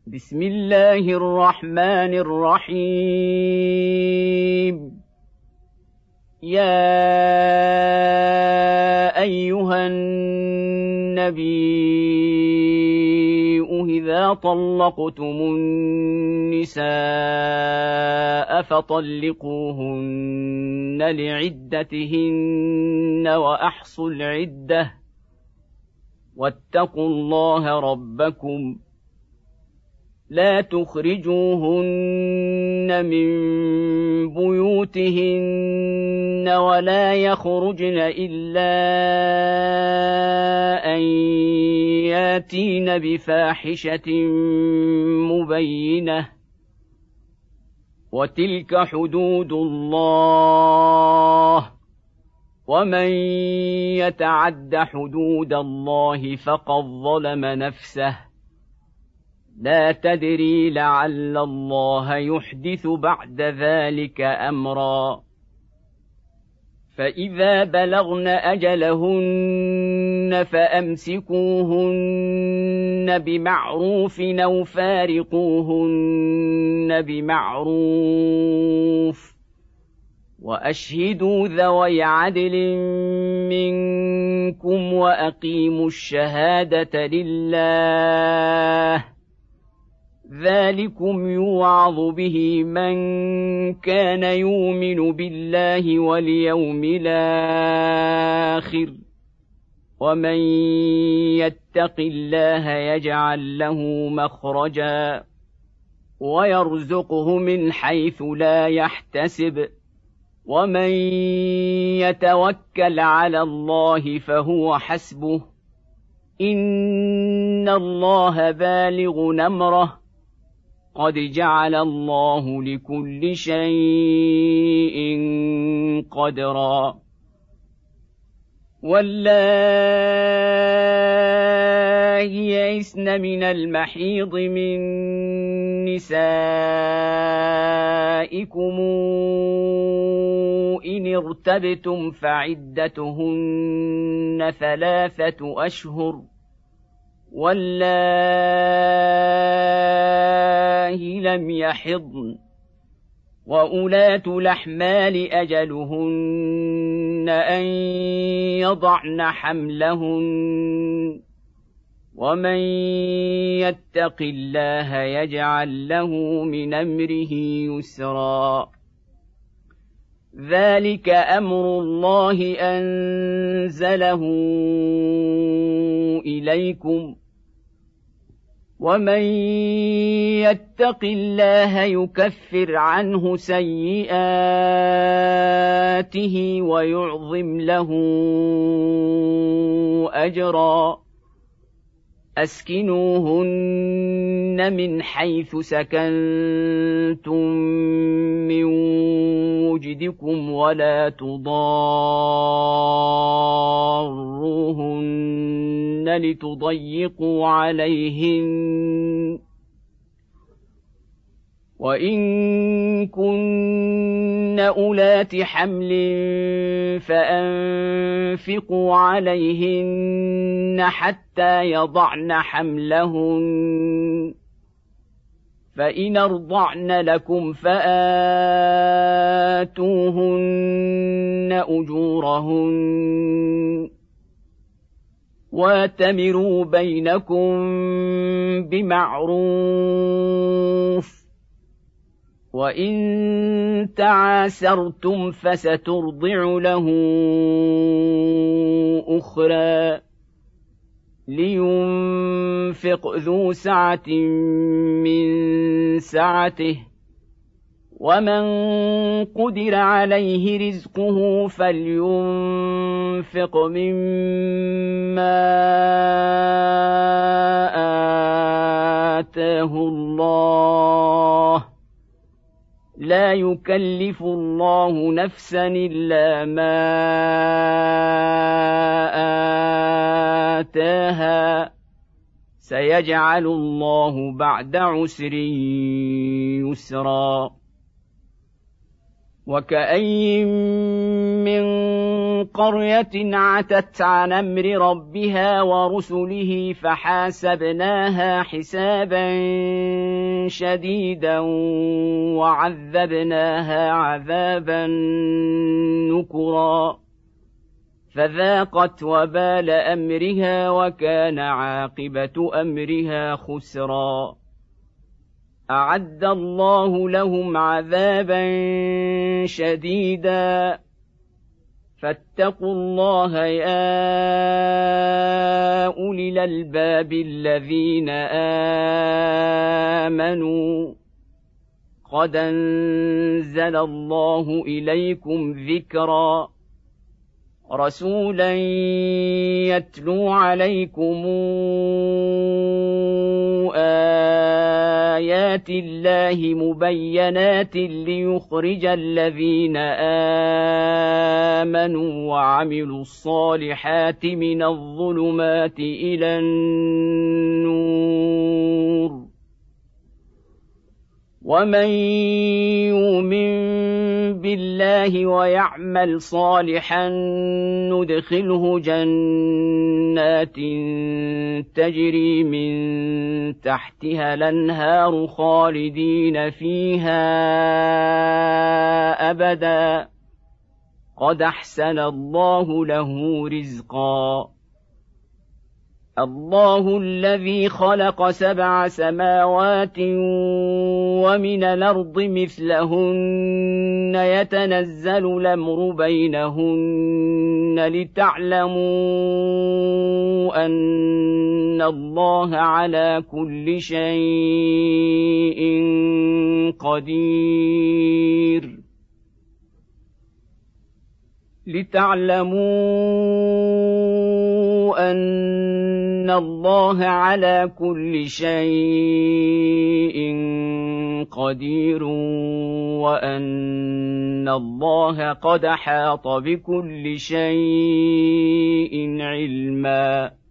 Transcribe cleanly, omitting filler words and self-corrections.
بسم الله الرحمن الرحيم. يا أيها النبي إذا طلقتم النساء فطلقوهن لعدتهن وأحصوا العدة واتقوا الله ربكم لا تخرجوهن من بيوتهن ولا يخرجن إلا أن ياتين بفاحشة مبينة وتلك حدود الله ومن يتعد حدود الله فقد ظلم نفسه لا تدري لعل الله يحدث بعد ذلك أمرا. فإذا بلغن أجلهن فأمسكوهن بمعروف أو فارقوهن بمعروف وأشهدوا ذوي عدل منكم وأقيموا الشهادة لله ذلكم يوعظ به من كان يؤمن بالله واليوم الآخر ومن يتق الله يجعل له مخرجا ويرزقه من حيث لا يحتسب ومن يتوكل على الله فهو حسبه إن الله بالغ أمره قد جعل الله لكل شيء قدرا. واللائي يئسن من المحيض من نسائكم إن ارتبتم فعدتهن 3 أشهر واللائي لم يحضن وأولات الأحمال أجلهن أن يضعن حملهن ومن يتق الله يجعل له من أمره يسرا. ذلك أمر الله أنزله إليكم ومن يتق الله يكفر عنه سيئاته ويعظم له أجرا. أسكنوهن من حيث سكنتم من وجدكم ولا تضاروهن لتضيقوا عليهن وإن كن أولات حمل فأنفقوا عليهن حتى يضعن حملهن فإن أرضعن لكم فآتوهن أجورهن واتمروا بينكم بمعروف وإن تعاسرتم فسترضع له أخرى لينفق ذو سعة من سعته ومن قدر عليه رزقه فلينفق مما آتاه الله لا يكلف الله نفسا إلا ما آتاها سيجعل الله بعد عسر يسرا. وكأين من قرية عتت عن أمر ربها ورسله فحاسبناها حسابا شديدا وعذبناها عذابا نكرا فذاقت وبال أمرها وكان عاقبة أمرها خسرا أعد الله لهم عذابا شديدا فاتقوا الله يا أولي الألباب الذين آمنوا قد أنزل الله إليكم ذكرا رسولا يتلو عليكم آيات الله مبينات ليخرج الذين آمنوا وعملوا الصالحات من الظلمات إلى النور ومن يؤمن بالله ويعمل صالحا ندخله جنات تجري من تحتها الأنهار خالدين فيها أبدا قد أحسن الله له رزقا الله الذي خلق 7 سماوات ومن الأرض مثلهن يتنزل الأمر بينهن لتعلموا أن الله على كل شيء قدير لتعلموا أن الله على كل شيء قدير وأن الله قد أحاط بكل شيء علما